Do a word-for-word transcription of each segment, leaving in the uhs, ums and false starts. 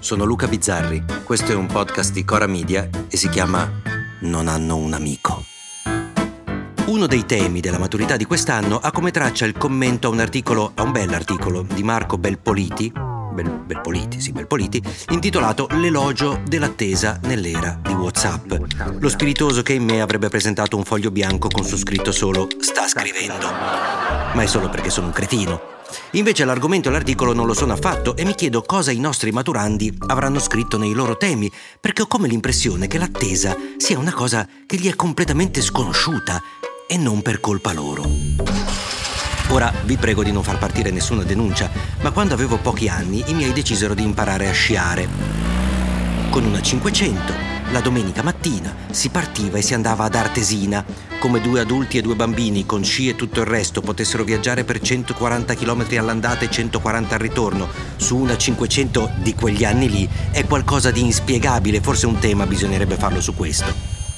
sono Luca Bizzarri, questo è un podcast di Cora Media e si chiama Non hanno un amico. Uno dei temi della maturità di quest'anno ha come traccia il commento a un articolo, a un bell'articolo di Marco Belpoliti, Bel, Belpoliti, sì, Belpoliti, intitolato L'elogio dell'attesa nell'era di WhatsApp. Lo spiritoso che in me avrebbe presentato un foglio bianco con su scritto solo "sta scrivendo", ma è solo perché sono un cretino. Invece l'argomento e l'articolo non lo sono affatto e mi chiedo cosa i nostri maturandi avranno scritto nei loro temi, perché ho come l'impressione che l'attesa sia una cosa che gli è completamente sconosciuta e non per colpa loro. Ora vi prego di non far partire nessuna denuncia, ma quando avevo pochi anni i miei decisero di imparare a sciare. Con una cinquecento, la domenica mattina si partiva e si andava ad Artesina. Come due adulti e due bambini con sci e tutto il resto potessero viaggiare per centoquaranta chilometri all'andata e centoquaranta al ritorno su una cinquecento di quegli anni lì è qualcosa di inspiegabile, forse un tema bisognerebbe farlo su questo.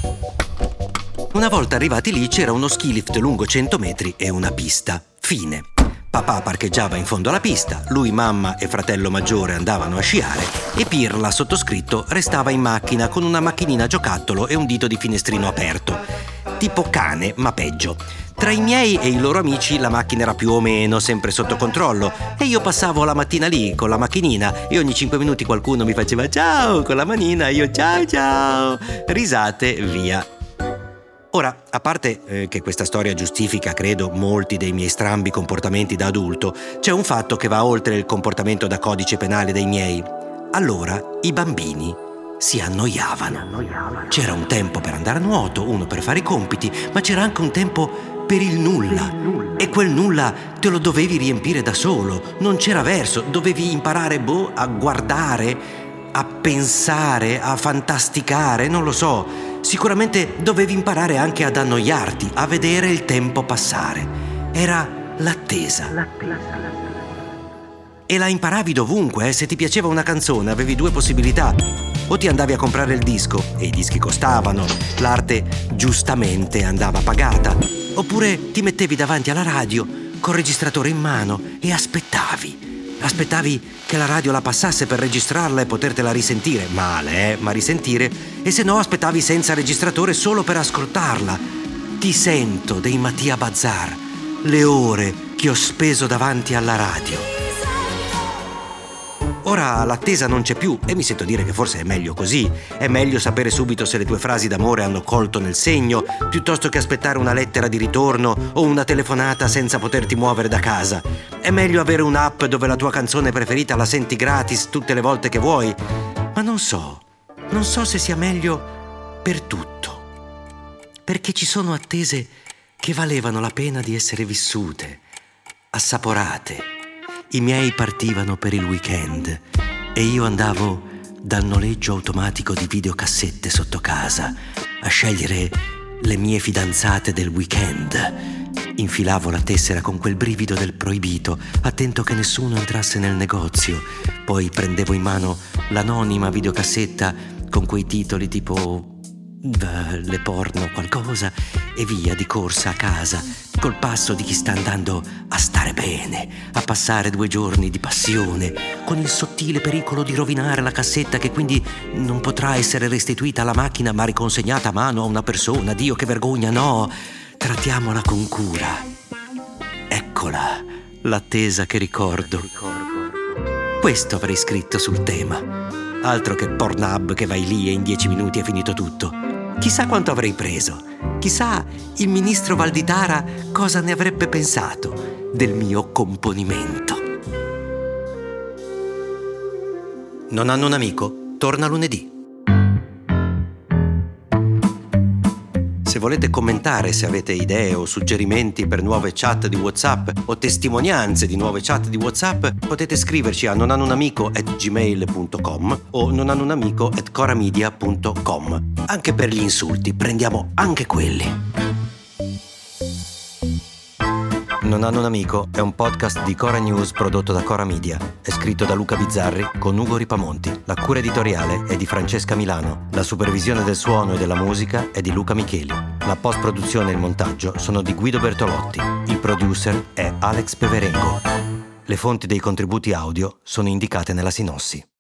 Una volta arrivati lì c'era uno ski lift lungo cento metri e una pista. Fine. Papà parcheggiava in fondo alla pista, lui, mamma e fratello maggiore andavano a sciare e Pirla, sottoscritto, restava in macchina con una macchinina giocattolo e un dito di finestrino aperto. Tipo cane, ma peggio. Tra i miei e i loro amici la macchina era più o meno sempre sotto controllo e io passavo la mattina lì con la macchinina e ogni cinque minuti qualcuno mi faceva ciao con la manina, io ciao ciao, risate, via. Ora, a parte eh, che questa storia giustifica, credo, molti dei miei strambi comportamenti da adulto, c'è un fatto che va oltre il comportamento da codice penale dei miei. Allora, i bambini si annoiavano. C'era un tempo per andare a nuoto, uno per fare i compiti, ma c'era anche un tempo per il nulla. E quel nulla te lo dovevi riempire da solo. Non c'era verso, dovevi imparare, boh, a guardare, a pensare, a fantasticare, non lo so. Sicuramente dovevi imparare anche ad annoiarti, a vedere il tempo passare. Era l'attesa. E la imparavi dovunque, eh? Se ti piaceva una canzone avevi due possibilità. O ti andavi a comprare il disco, e i dischi costavano, l'arte giustamente andava pagata. Oppure ti mettevi davanti alla radio col registratore in mano e aspettavi. Aspettavi che la radio la passasse per registrarla e potertela risentire. Male, eh? Ma risentire. E se no aspettavi senza registratore solo per ascoltarla. Ti sento dei Mattia Bazar, le ore che ho speso davanti alla radio. Ora l'attesa non c'è più e mi sento dire che forse è meglio così. È meglio sapere subito se le tue frasi d'amore hanno colto nel segno, piuttosto che aspettare una lettera di ritorno o una telefonata senza poterti muovere da casa. È meglio avere un'app dove la tua canzone preferita la senti gratis tutte le volte che vuoi. Ma non so, non so se sia meglio per tutto. Perché ci sono attese che valevano la pena di essere vissute, assaporate. I miei partivano per il weekend e io andavo dal noleggio automatico di videocassette sotto casa a scegliere le mie fidanzate del weekend. Infilavo la tessera con quel brivido del proibito, attento che nessuno entrasse nel negozio. Poi prendevo in mano l'anonima videocassetta con quei titoli tipo le porno qualcosa e via di corsa a casa col passo di chi sta andando a stare bene, a passare due giorni di passione, con il sottile pericolo di rovinare la cassetta che quindi non potrà essere restituita alla macchina ma riconsegnata a mano a una persona. Dio, che vergogna, no! Trattiamola con cura. Eccola, l'attesa che ricordo. Questo avrei scritto sul tema. Altro che Pornhub che vai lì e in dieci minuti è finito tutto. Chissà quanto avrei preso. Chissà il ministro Valditara cosa ne avrebbe pensato del mio componimento. Non hanno un amico? Torna lunedì. Se volete commentare, se avete idee o suggerimenti per nuove chat di WhatsApp o testimonianze di nuove chat di WhatsApp, potete scriverci a nonhannounamico at gmail punto com o nonhannounamico at coramedia punto com. Anche per gli insulti, prendiamo anche quelli. Non hanno un amico è un podcast di Cora News prodotto da Cora Media. È scritto da Luca Bizzarri con Ugo Ripamonti. La cura editoriale è di Francesca Milano. La supervisione del suono e della musica è di Luca Micheli. La post-produzione e il montaggio sono di Guido Bertolotti. Il producer è Alex Peverengo. Le fonti dei contributi audio sono indicate nella sinossi.